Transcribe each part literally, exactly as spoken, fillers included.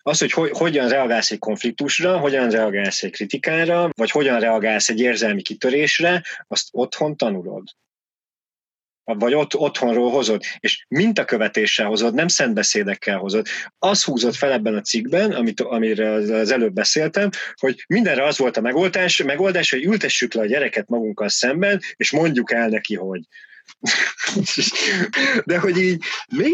Az, hogy, hogy hogyan reagálsz egy konfliktusra, hogyan reagálsz egy kritikára, vagy hogyan reagálsz egy érzelmi kitörésre, azt otthon tanulod. Vagy ott, otthonról hozod, és mintakövetéssel hozod, nem szentbeszédekkel hozod. Az húzott fel ebben a cikkben, amit, amire az előbb beszéltem, hogy mindenre az volt a megoldás, megoldás, hogy ültessük le a gyereket magunkkal szemben, és mondjuk el neki, hogy de hogy így, mi?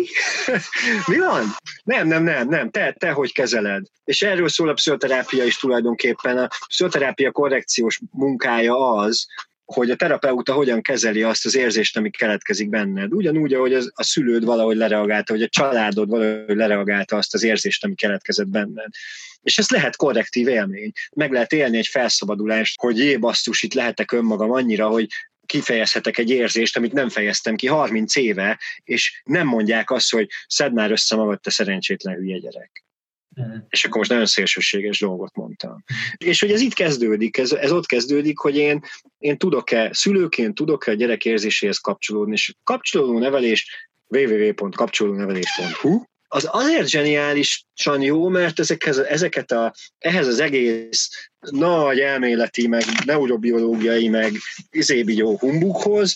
Mi van? Nem, nem, nem, nem, te, te hogy kezeled? És erről szól a pszichoterápia is tulajdonképpen. A pszichoterápia korrekciós munkája az, hogy a terapeuta hogyan kezeli azt az érzést, ami keletkezik benned. Ugyanúgy, ahogy az, a szülőd valahogy lereagálta, vagy a családod valahogy lereagálta azt az érzést, ami keletkezett benned. És ez lehet korrektív élmény. Meg lehet élni egy felszabadulást, hogy jé, basszus, itt lehetek önmagam annyira, hogy kifejezhetek egy érzést, amit nem fejeztem ki harminc éve, és nem mondják azt, hogy szedd már össze magad, te szerencsétlen hülye gyerek. Mm. És akkor most nagyon szélsőséges dolgot mondtam. És hogy ez itt kezdődik, ez, ez ott kezdődik, hogy én, én tudok-e, szülőként tudok-e a gyerek érzéséhez kapcsolódni, és kapcsolódó nevelés double-u double-u double-u pont kapcsolódónevelés pont hu az azért zseniálisan jó, mert ezekhez, ezeket a, ehhez az egész nagy elméleti, meg neurobiológiai, meg izébigyó humbughoz,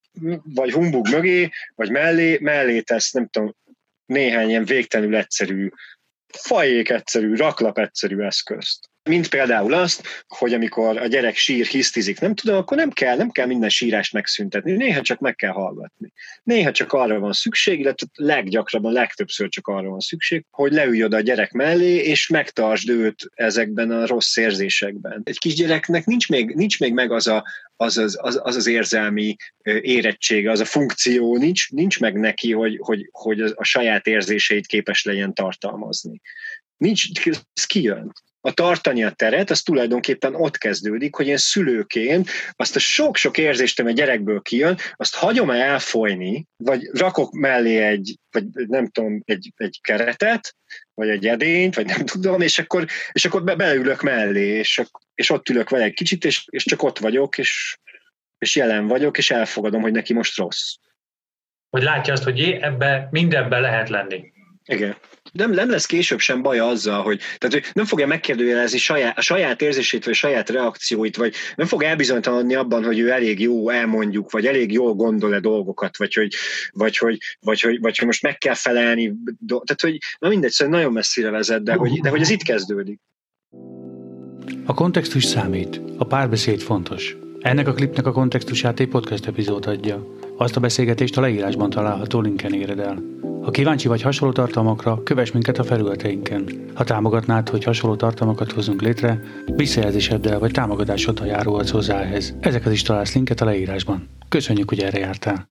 vagy humbug mögé, vagy mellé, mellé tesz, nem tudom, néhány ilyen végtelenül egyszerű, fajék egyszerű, raklap egyszerű eszközt. Mint például azt, hogy amikor a gyerek sír, hisztizik, nem tudom, akkor nem kell, nem kell minden sírást megszüntetni, néha csak meg kell hallgatni. Néha csak arra van szükség, illetve leggyakrabban, legtöbbször csak arra van szükség, hogy leülj oda a gyerek mellé, és megtartsd őt ezekben a rossz érzésekben. Egy kisgyereknek nincs még, nincs még meg az, a, az, az, az, az az érzelmi érettsége, az a funkció, nincs, nincs meg neki, hogy, hogy, hogy a saját érzéseit képes legyen tartalmazni. Nincs, ez kijön. A tartani a teret, az tulajdonképpen ott kezdődik, hogy én szülőként azt a sok-sok érzést, ami a gyerekből kijön, azt hagyom elfolyni, vagy rakok mellé egy, vagy nem tudom, egy, egy keretet, vagy egy edényt, vagy nem tudom, és akkor, és akkor be, beleülök mellé, és, és ott ülök vele egy kicsit, és, és csak ott vagyok, és, és jelen vagyok, és elfogadom, hogy neki most rossz. Hogy látja azt, hogy jé, ebbe mindenben lehet lenni. Igen. Nem, nem lesz később sem baja azzal, hogy, tehát, hogy nem fogja megkérdőjelezni saját, a saját érzését, vagy a saját reakcióit, vagy nem fog elbizonytalanodni abban, hogy ő elég jó, elmondjuk, vagy elég jól gondol-e dolgokat, vagy hogy, vagy, hogy, vagy, hogy, vagy hogy most meg kell felelni. Tehát, hogy na mindegy, szóval nagyon messzire vezet, de hogy, de hogy ez itt kezdődik. A kontextus számít. A párbeszéd fontos. Ennek a klipnek a kontextusát egy podcast epizód adja. Azt a beszélgetést a leírásban található linken éred el. Ha kíváncsi vagy hasonló tartalmakra, kövess minket a felületeinken. Ha támogatnád, hogy hasonló tartalmakat hozzunk létre, visszajelzéseddel vagy támogatásoddal járulhatsz hozzá ehhez. Ezeket is találsz linket a leírásban. Köszönjük, hogy erre jártál!